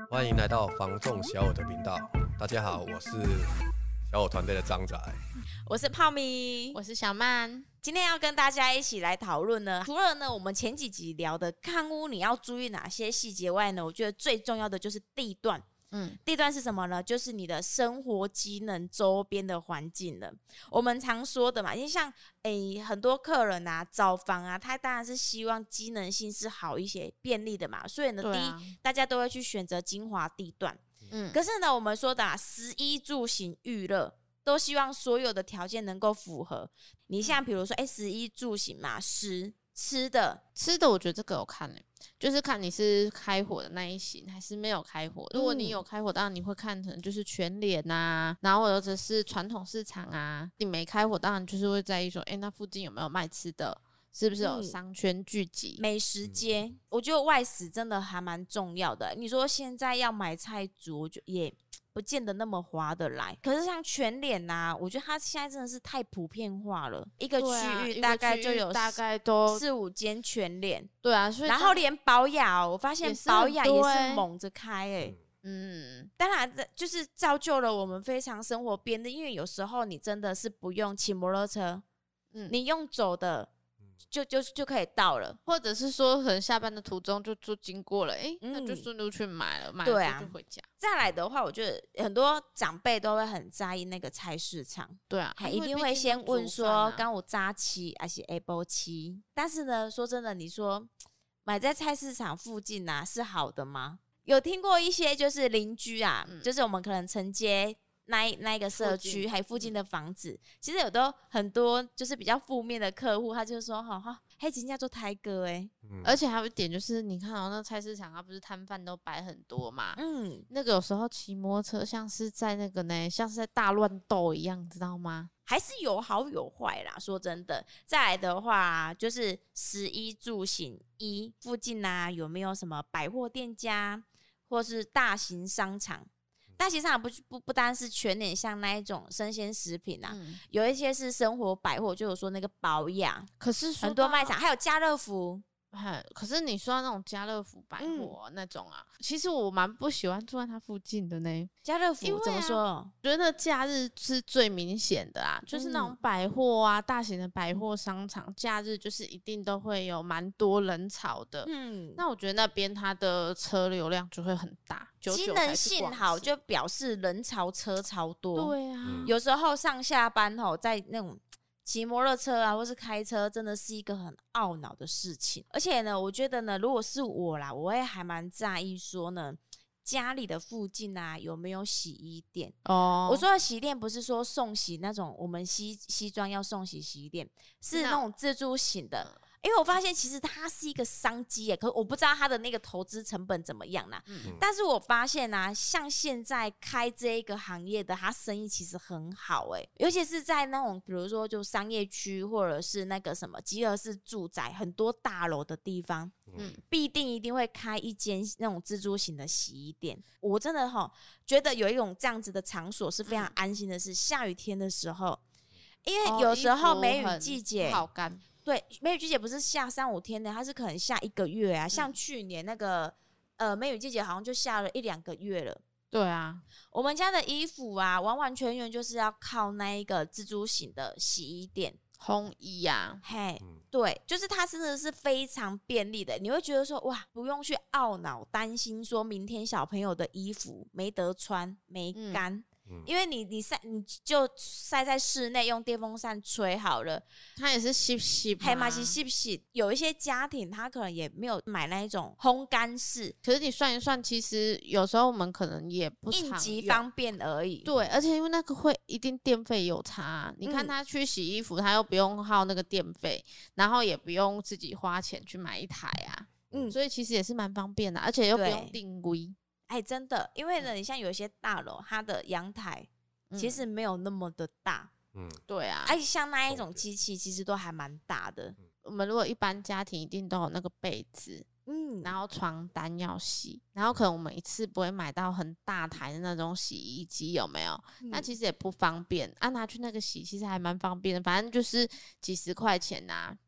欢迎来到房仲小我的频道。大家好，我是小我团队的张仔， 我是泡米， 我是小曼。 今天要跟大家一起来讨论呢，除了呢我们前几集聊的看屋你要注意哪些细节外呢，我觉得最重要的就是地段。地段是什么呢？就是你的生活机能周边的环境了。我们常说的嘛，因为像很多客人啊找房啊，他当然是希望机能性是好一些、便利的嘛，所以呢，第一大家都会去选择精华地段。可是呢，我们说的食衣住行娱乐都希望所有的条件能够符合。你像比如说食衣住行嘛，吃的， 我觉得这个有看就是看你是开火的那一型还是没有开火。如果你有开火，当然你会看可能就是全联啊，然后或者是传统市场啊。你没开火，当然就是会在意说，那附近有没有卖吃的，是不是有商圈聚集、 美食街。我觉得外食真的还蛮重要的。你说现在要买菜煮，我觉得也不见得那么划得来。可是像全联啊，我觉得它现在真的是太普遍化了，一个区域大概就有大概都 4-5间全联。 对啊，所以然后连宝雅我发现宝雅也是猛着开当然就是造就了我们非常生活便利，因为有时候你真的是不用骑摩托车，你用走的就可以到了， 或者是说可能下班的途中就经过了，那就顺路去买了，买了就回家。 再来的话，我觉得很多长辈都会很在意那个菜市场， 对啊， 一定会先问说刚有早市还是下晡市。但是呢，说真的，你说买在菜市场附近啊是好的吗？有听过一些就是邻居啊，就是我们可能承接那一个社区还附近的房子，其实有都很多就是比较负面的客户，他就说黑金叫做台哥而且还有一点就是，你看那个菜市场，它不是摊贩都摆很多嘛，那个有时候骑摩托车像是在那个像是在大乱斗一样，知道吗？ 还是有好有坏啦，说真的。再来的话，就是食衣住行附近啊，有没有什么百货店家或是大型商场？大型商场不单是全联，像那一种生鲜食品啊，有一些是生活百货，就有说那个宝雅， 可是很多卖场，还有家乐福。 可是你说到那种家乐福百货那种啊，其实我蛮不喜欢住在它附近的呢。 家乐福怎么说？ 我觉得假日是最明显的啦，就是那种百货啊，大型的百货商场，假日就是一定都会有蛮多人潮的。那我觉得那边它的车流量就会很大， 机能性好就表示人潮车潮多。 对啊， 有时候上下班在那种骑摩托车啊，或是开车，真的是一个很懊恼的事情。而且呢，我觉得呢，如果是我啦，我也还蛮在意说呢，家里的附近啊有没有洗衣店。我说的洗衣店不是说送洗那种，我们西装要送洗洗衣店，是那种自助型的。因为我发现其实它是一个商机耶，可我不知道它的那个投资成本怎么样啦。但是我发现啊，像现在开这一个行业的，它生意其实很好耶，尤其是在那种比如说就商业区或者是那个什么集合式住宅很多大楼的地方，必定一定会开一间那种自助型的洗衣店。我真的觉得有一种这样子的场所是非常安心的，是下雨天的时候，因为有时候梅雨季节好干。 对，梅雨季节不是下3-5天的，它是可能下1个月啊。像去年那个梅雨季节好像就下了1-2个月了。 对啊， 我们家的衣服啊，完完全全就是要靠那一个自助型的洗衣店烘衣啊。 对，就是它真的是非常便利的。你会觉得说哇，不用去懊恼担心说明天小朋友的衣服没得穿没干。因为你就晒在室内，用电风扇吹好了， 它也是吸黑嘛是吸。有一些家庭他可能也没有买那一种烘干式， 可是你算一算，其实有时候我们可能也不常用， 应急方便而已。 对，而且因为那个会一定电费有差你看他去洗衣服，他又不用耗那个电费，然后也不用自己花钱去买一台啊，所以其实也是蛮方便的，而且又不用定位。 真的，因为呢，你像有一些大楼，它的阳台其实没有那么的大， 对啊， 像那一种机器其实都还蛮大的。 我们如果一般家庭一定都有那个被子，然后床单要洗，然后可能我们一次不会买到很大台的那种洗衣机，有没有？那其实也不方便，拿去那个洗，其实还蛮方便的，反正就是几十块钱啊。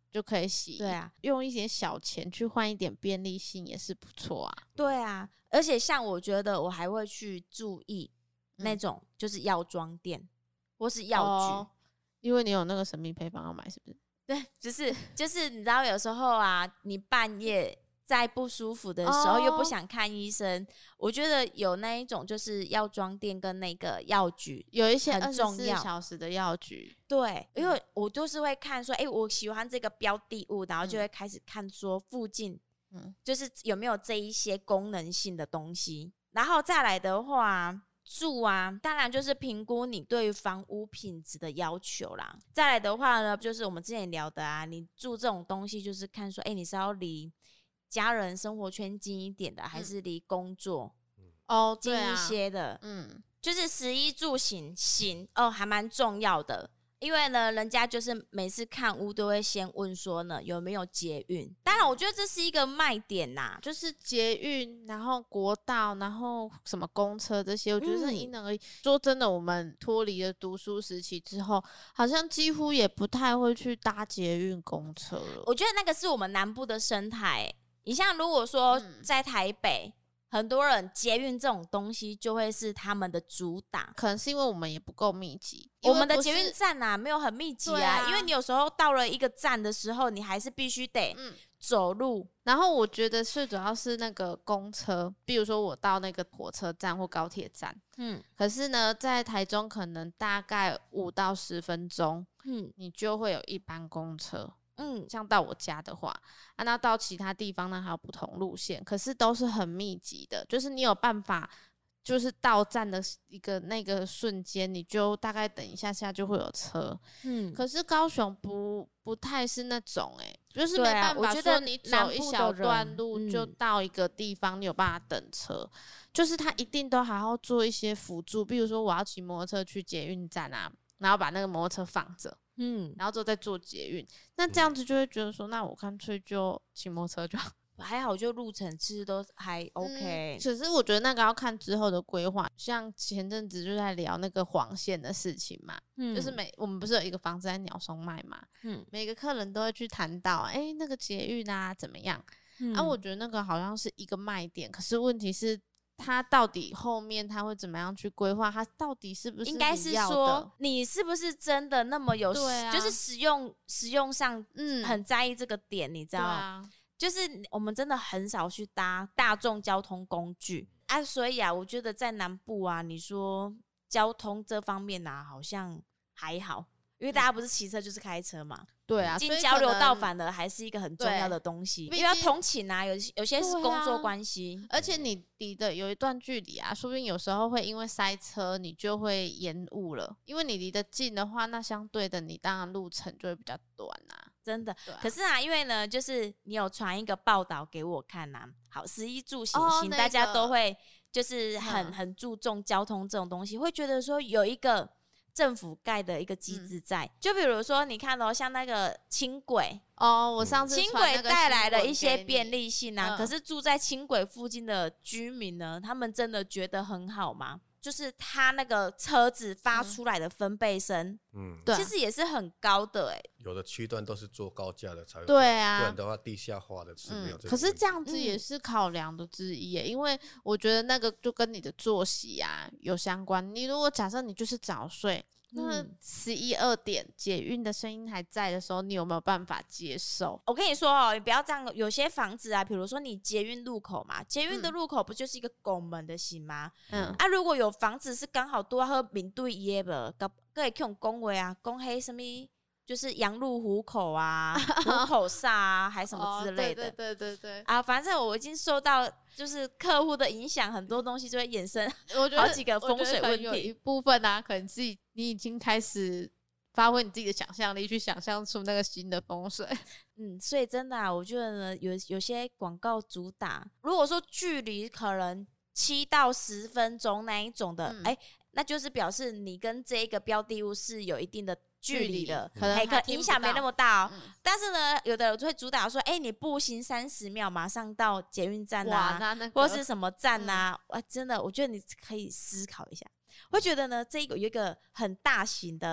就可以洗。 对啊， 用一点小钱去换一点便利性也是不错啊。 对啊，而且像我觉得我还会去注意那种就是药妆店或是药局。 因为你有那个神秘配方要买，是不是？ 对，就是你知道有时候啊，你半夜在不舒服的时候又不想看医生，我觉得有那一种就是药妆店跟那个药局有一些很重要 24小时的药局。 对，因为我就是会看说，我喜欢这个标的物，然后就会开始看说附近就是有没有这一些功能性的东西，然后再来的话。住啊，当然就是评估你对于房屋品质的要求啦。再来的话呢，就是我们之前聊的啊，你住这种东西就是看说，你是要离家人生活圈近一点的，还是离工作近一些的？就是食衣住行还蛮重要的。因为呢，人家就是每次看屋都会先问说呢有没有捷运，当然我觉得这是一个卖点呐， 就是捷运，然后国道，然后什么公车这些，我觉得是因人而异。说真的，我们脱离了读书时期之后，好像几乎也不太会去搭捷运、公车了。 我觉得那个是我们南部的生态。你像如果说在台北。很多人捷运这种东西就会是他们的主打， 可能是因为我们也不够密集。 我们的捷运站啊没有很密集啊，因为你有时候到了一个站的时候，你还是必须得走路。 然后我觉得最主要是那个公车，比如说我到那个火车站或高铁站，可是呢，在台中可能大概5到10分钟，你就会有一班公车。像到我家的话，那到其他地方呢还有不同路线，可是都是很密集的，就是你有办法，就是到站的那个瞬间，你就大概等一下就会有车。可是高雄不太是那种就是没办法说你走一小段路就到一个地方，你有办法等车，就是他一定都还要做一些辅助，比如说我要骑摩托车去捷运站啊，然后把那个摩托车放着。然后之后再坐捷运，那这样子就会觉得说，那我干脆就骑摩托车就好。 还好，就路程其实都还 OK。 可是我觉得那个要看之后的规划，像前阵子就在聊那个黄线的事情嘛，就是我们不是有一个房子在鸟松卖嘛，每个客人都会去谈到，那个捷运啊怎么样？我觉得那个好像是一个卖点，可是问题是。他到底后面他会怎么样去规划？他到底是不是应该是说你是不是真的那么有就是实用上很在意这个点，你知道吗？就是我们真的很少去搭大众交通工具所以我觉得在南部你说交通这方面好像还好，因为大家不是骑车就是开车嘛。 对啊， 进交流道反而还是一个很重要的东西，因为要通勤有些是工作关系， 而且你离的有一段距离说不定有时候会因为塞车你就会延误了，因为你离得近的话，那相对的你当然路程就会比较短真的。可是因为呢，就是你有传一个报道给我看好，食衣住行大家都会就是很注重交通这种东西，会觉得说有一个政府盖的一个机制在，就比如说你看像那个轻轨我上次轻轨带来了一些便利性可是住在轻轨附近的居民呢，他们真的觉得很好吗？就是他那个车子发出来的分贝声，其实也是很高的有的区段都是坐高架的才有， 对啊， 不然的话地下化的是没有这个。 可是这样子也是考量的之一因为我觉得那个就跟你的作息有相关。你如果假设你就是早睡，那11、2点捷运的声音还在的时候，你有没有办法接受？ 我跟你说你不要这样。有些房子比如说你捷运路口嘛，捷运的路口不就是一个拱门的形吗？如果有房子是刚好都要面对伊的，可以用讲话讲黑什么，就是羊入虎口虎口煞还什么之类的。 对反正我已经受到就是客户的影响，很多东西就会衍生好几个风水问题。 有一部分可能你已经开始发挥你自己的想象力，去想象出那个新的风水。 所以真的我觉得呢，有些广告主打，如果说距离可能7到10分钟那一种的，那就是表示你跟这个标的物是有一定的距离的，可能影响没那么大但是呢，有的人会主打说，你步行30秒马上到捷运站或是什么站真的，我觉得你可以思考一下。会觉得呢，这有一个很大型的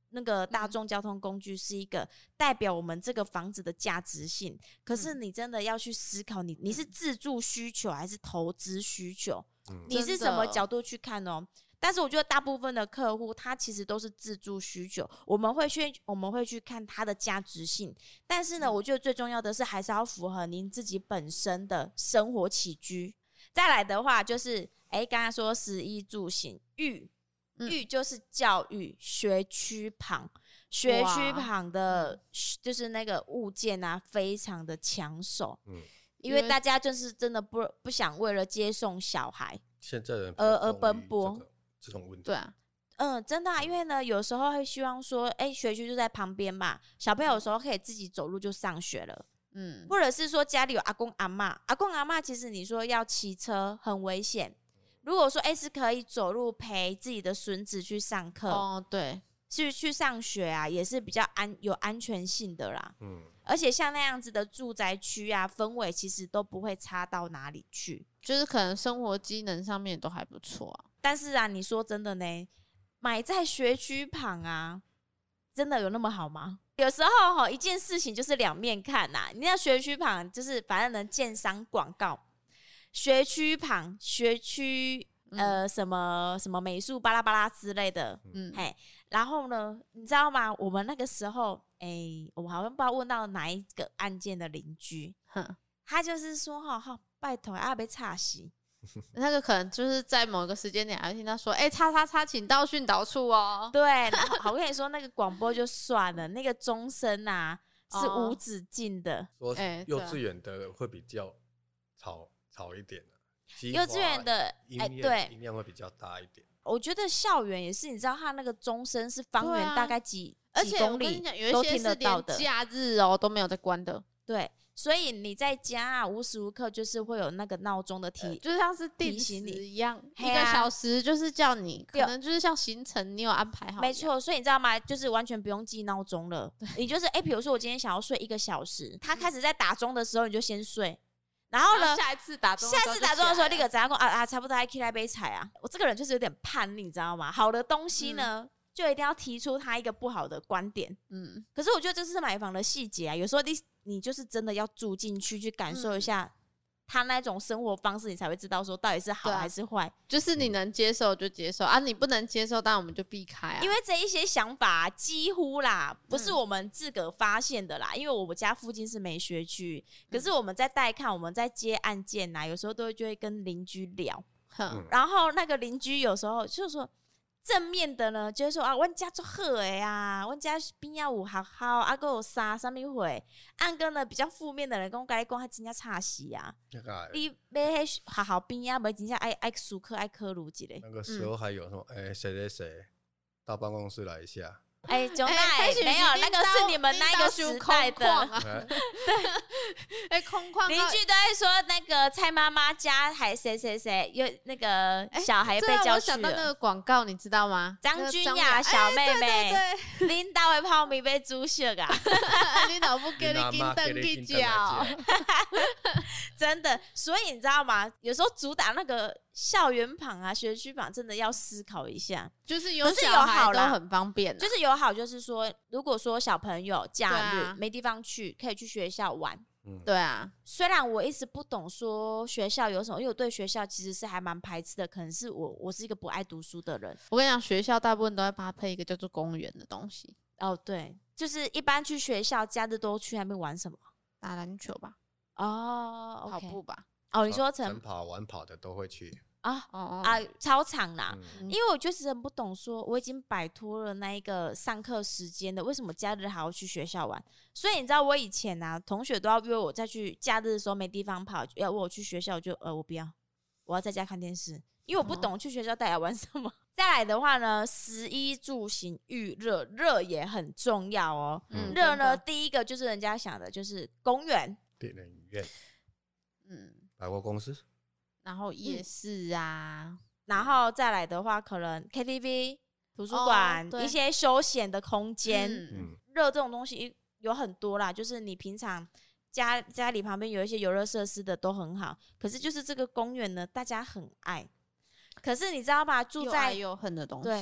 那个大众交通工具是一个代表我们这个房子的价值性，可是你真的要去思考你是自住需求还是投资需求，你是什么角度去看哦。但是我觉得大部分的客户他其实都是自住需求，我们会去看它的价值性，但是呢，我觉得最重要的是还是要符合您自己本身的生活起居。再来的话就是刚才说食衣住行育就是教育，学区旁的就是那个物件啊非常的抢手，因为大家就是真的不想为了接送小孩现在人而奔波这种问题。 对啊， 真的因为呢有时候会希望说学区就在旁边嘛，小朋友有时候可以自己走路就上学了，或者是说家里有阿公阿嬷，其实你说要骑车很危险，如果说是可以走路陪自己的孙子去上课， 对， 去上学啊，也是比较有安全性的啦。而且像那样子的住宅区啊，氛围其实都不会差到哪里去， 就是可能生活机能上面都还不错啊。 但是啊，你说真的呢，买在学区旁啊，真的有那么好吗？有时候一件事情就是两面看呐。你那学区旁就是反正能建商广告。学区旁，学区什么什么美术巴拉巴拉之类的，然后呢，你知道吗？我们那个时候，我们好像不知道问到哪一个案件的邻居，他就是说，拜托啊，被插死。 那个可能就是在某个时间点，还会听到说，叉叉叉，请到训导处哦。 对，然后我跟你说，那个广播就算了，那个钟声啊是无止境的。 说幼稚园的会比较吵一点， 幼稚园的对音量会比较大一点。 我觉得校园也是，你知道它那个钟声是方圆大概几公里都听得到的， 而且有一些是连假日都没有在关的。 对，所以你在家无时无刻就是会有那个闹钟的就像是定时一样，1个小时就是叫你，可能就是像行程你有安排好。 没错，所以你知道吗？就是完全不用记闹钟了，你就是比如说我今天想要睡1个小时，他开始在打钟的时候你就先睡。然后呢？ 下一次打钟的时候，那个怎样讲差不多还起来杯菜啊！我这个人就是有点叛逆，你知道吗？好的东西呢，就一定要提出他一个不好的观点。可是我觉得这是买房的细节啊，有时候你就是真的要住进去，去感受一下他那种生活方式，你才会知道说到底是好还是坏。 就是你能接受就接受啊，你不能接受，当然我们就避开啊。 因为这一些想法几乎啦，不是我们自个发现的啦。因为我们家附近是没学区，可是我们在带看，我们在接案件有时候就会跟邻居聊，然后那个邻居有时候就是说。正面的呢，就是说阮家足好的啊，阮家边仔有学校，还有啥物货。按个呢比较负面的人跟你讲，他真正差死啊！你买迄学校边仔，无真正爱思考，爱考虑一下。 那个时候还有什么？谁到办公室来一下。 钟奈没有，那个是你们那个时代的。 对，空旷。 邻居都会说那个蔡妈妈家还谁有那个小孩被叫去了。 我想到那个广告，你知道吗？ 张君雅小妹妹，领导的泡面被煮熟啊！ 你老不给你跟登去叫， 真的。所以你知道吗？有时候主打那个校园旁啊、学区旁，真的要思考一下。 就是有小孩都很方便， 就是有好，就是说，如果说小朋友假日没地方去，可以去学校玩。 对啊， 虽然我一直不懂说学校有什么，因为我对学校其实是还蛮排斥的，可能是我是一个不爱读书的人。 我跟你讲，学校大部分都会搭配一个叫做公园的东西。 对，就是一般去学校假日都去那边玩什么？ 打篮球吧。 跑步吧。 你说晨跑、晚跑的都会去。 操场啦，因为我就是很不懂说我已经摆脱了那一个上课时间的，为什么假日还要去学校玩？所以你知道我以前同学都要约我再去假日的时候没地方跑，要我去学校，我就我不要，我要在家看电视，因为我不懂去学校到底要玩什么。再来的话呢，食衣住行育热也很重要哦。热呢，第一个就是人家想的就是公园、 电影院、百货公司。 然后夜市啊， 然后再来的话，可能 KTV、图书馆、一些休闲的空间。热这种东西有很多啦，就是你平常家里旁边有一些游乐设施的都很好，可是就是这个公园呢，大家很爱。可是你知道吧，住在又爱又恨的东西。 对，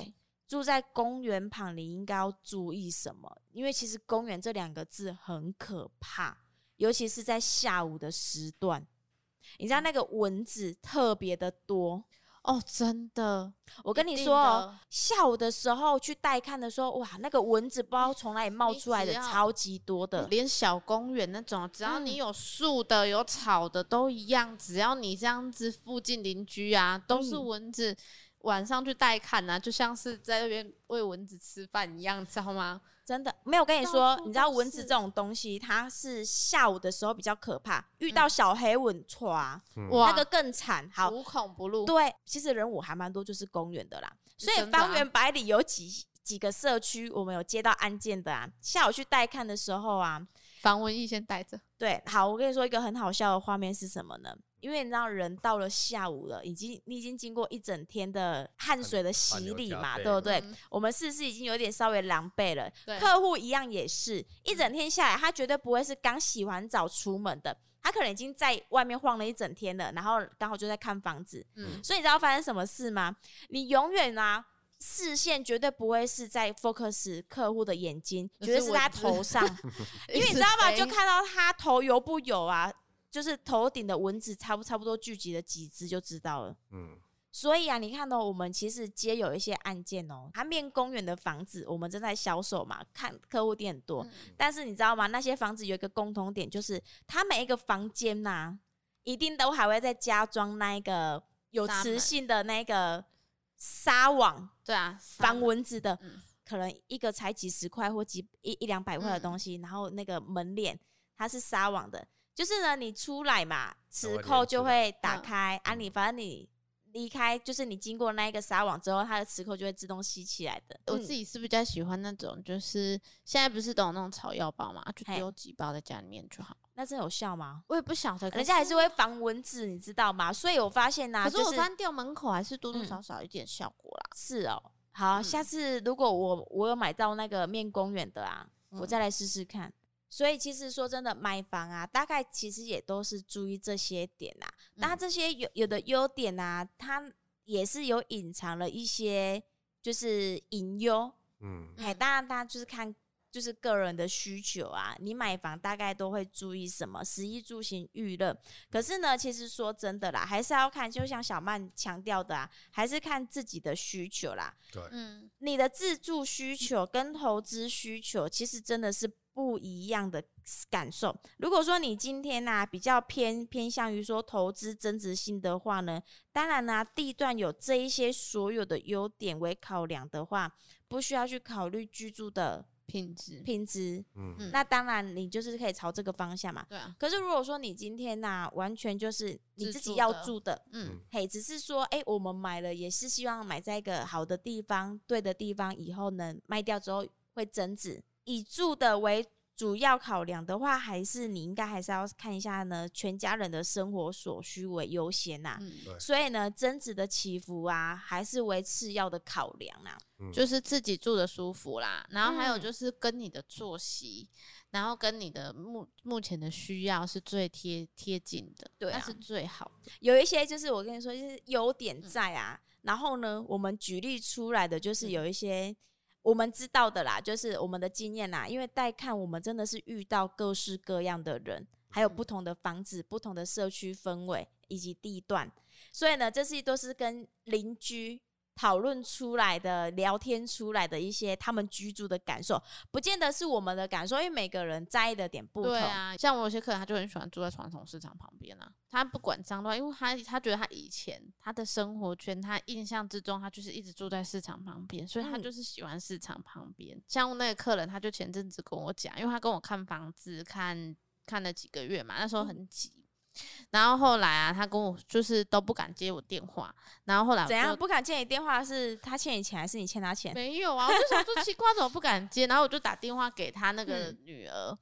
住在公园旁，你应该要注意什么？因为其实公园这2个字很可怕，尤其是在下午的时段，你知道那个蚊子特别的多。 哦，真的， 我跟你说哦，下午的时候去带看的时候，哇，那个蚊子不知道从哪里冒出来的，超级多的。 连小公园那种，只要你有树的、有草的都一样，只要你这样子附近邻居啊，都是蚊子。晚上去带看啊，就像是在那边喂蚊子吃饭一样，知道吗？ 真的没有跟你说，你知道蚊子这种东西，它是下午的时候比较可怕，遇到小黑蚊，哇，那个更惨，好， 无孔不入。 对，其实人我还蛮多，就是公园的啦，所以方圆百里有几个社区，我们有接到案件的啊。下午去带看的时候啊， 防蚊液先带着。 对，好，我跟你说一个很好笑的画面是什么呢？因为你知道人到了下午了，你已经经过一整天的汗水的洗礼嘛，对不对？我们是不是已经有点稍微狼狈了？客户一样也是，一整天下来，他绝对不会是刚洗完澡出门的，他可能已经在外面晃了一整天了，然后刚好就在看房子。所以你知道发生什么事吗？你永远啊，视线绝对不会是在 focus 客户的眼睛，绝对是在他头上，因为你知道吗？就看到他头油不油啊。就是头顶的蚊子差不多聚集了几只就知道了。所以啊，你看我们其实接有一些案件韩面公园的房子，我们正在销售嘛，看客户店很多。但是你知道吗？那些房子有一个共同点，就是它每一个房间一定都还会再加装那一个有磁性的那个纱网， 对啊， 防蚊子的，可能一个才几十块或100-200块的东西，然后那个门帘它是纱网的。就是呢，你出来嘛，磁扣就会打开啊。你反正你离开，就是你经过那一个纱网之后，它的磁扣就会自动吸起来的。 我自己是比较喜欢那种，就是现在不是都有那种草药包嘛，就丢几包在家里面就好。 那真有效吗？ 我也不晓得， 人家还是会防蚊子，你知道吗？所以我发现可是我发现吊门口还是多多少少一点效果啦。 是哦，好，下次如果我有买到那个面公园的我再来试试看。所以其实说真的，买房大概其实也都是注意这些点但它这些有的优点它也是有隐藏了一些就是隐忧。当然大家就是看就是个人的需求你买房大概都会注意什么食衣住行娱乐。可是呢，其实说真的啦，还是要看，就像小曼强调的还是看自己的需求啦。 对， 你的自住需求跟投资需求其实真的是不一样的感受。如果说你今天比较偏向于说投资增值性的话呢，当然地段有这一些所有的优点为考量的话，不需要去考虑居住的品质。那当然你就是可以朝这个方向嘛。 对啊。 可是如果说你今天完全就是你自己要住的，只是说我们买了也是希望买在一个好的地方，对的地方，以后呢卖掉之后会增值。以住的为主要考量的话，还是你应该还是要看一下呢，全家人的生活所需为优先所以呢，增值的起伏还是为次要的考量就是自己住的舒服啦，然后还有就是跟你的作息，然后跟你的目前的需要是最贴近的，对那是最好的。 有一些就是我跟你说，就是优点在然后呢，我们举例出来的就是有一些。我们知道的啦，就是我们的经验因为带看我们真的是遇到各式各样的人，还有不同的房子、不同的社区氛围以及地段，所以呢，这些都是跟邻居讨论出来的、聊天出来的一些他们居住的感受，不见得是我们的感受，因为每个人在意的点不同。 对像我有些客人他就很喜欢住在传统市场旁边他不管脏乱，因为他觉得他以前他的生活圈，他印象之中他就是一直住在市场旁边，所以他就是喜欢市场旁边。像那个客人他就前阵子跟我讲，因为他跟我看房子看了几个月嘛，那时候很急。然后后来他跟我就是都不敢接我电话，然后后来怎样不敢接你电话？是他欠你钱还是你欠他钱？ 没有我就想说奇怪怎么不敢接，然后我就打电话给他那个女儿，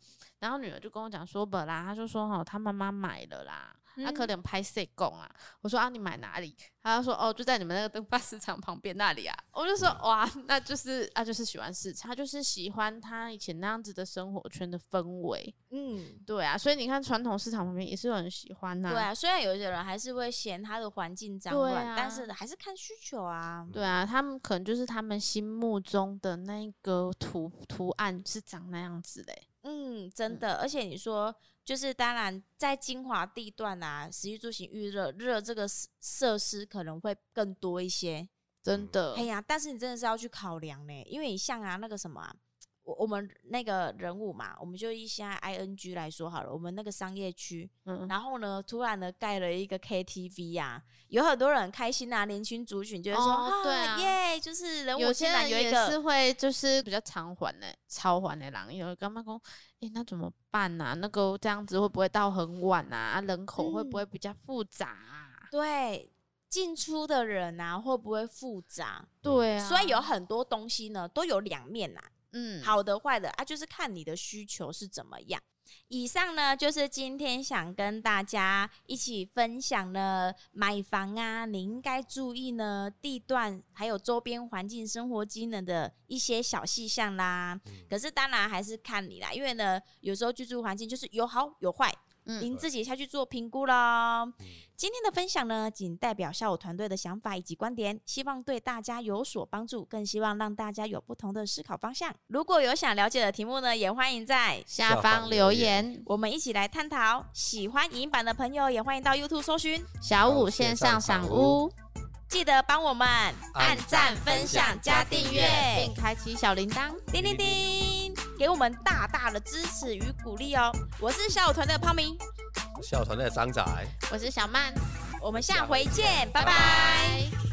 然后女儿就跟我讲说不啦，她就说她妈妈买了啦，她可能拍摄供啊。我说你买哪里？她就说就在你们那个灯发市场旁边那里啊。我就说哇，那就是就是喜欢市场，她就是喜欢她以前那样子的生活圈的氛围。对啊，所以你看传统市场旁边也是有人喜欢呐。 对啊，虽然有些人还是会嫌他的环境脏乱，但是还是看需求啊。 对啊，他们可能就是他们心目中的那个图案是长那样子的。 真的，而且你说就是当然在精华地段啊，食衣住行娱乐这个设施可能会更多一些， 真的。 哎呀，但是你真的是要去考量呢，因为你像那个什么我们那个人物嘛，我们就以现在 ING 来说好了，我们那个商业区，然后呢，突然呢盖了一个 KTV 啊，有很多人很开心啊，年轻族群就会说， 对啊， 耶，就是人物有些人有一个也是会就是比较超环的人，有干嘛讲，那怎么办啊？那个这样子会不会到很晚啊？人口会不会比较复杂啊？ 对。进出的人啊，会不会复杂？ 对啊， 所以有很多东西呢，都有两面呐。好的坏的啊，就是看你的需求是怎么样。以上呢，就是今天想跟大家一起分享呢，买房啊，你应该注意呢地段还有周边环境、生活机能的一些小细项啦。可是当然还是看你啦，因为呢，有时候居住环境就是有好有坏。您自己下去做评估咯。今天的分享呢，仅代表小武团队的想法以及观点，希望对大家有所帮助，更希望让大家有不同的思考方向。如果有想了解的题目呢，也欢迎在下方留言， 我们一起来探讨。喜欢影音版的朋友，也欢迎到 YouTube 搜寻小武线上赏屋， 记得帮我们按赞、分享、加订阅， 并开启小铃铛， 叮叮叮，给我们大大的支持与鼓励哦！我是小武团队的泡明， 小武团队的张仔， 我是小曼， 我们下回见，拜拜。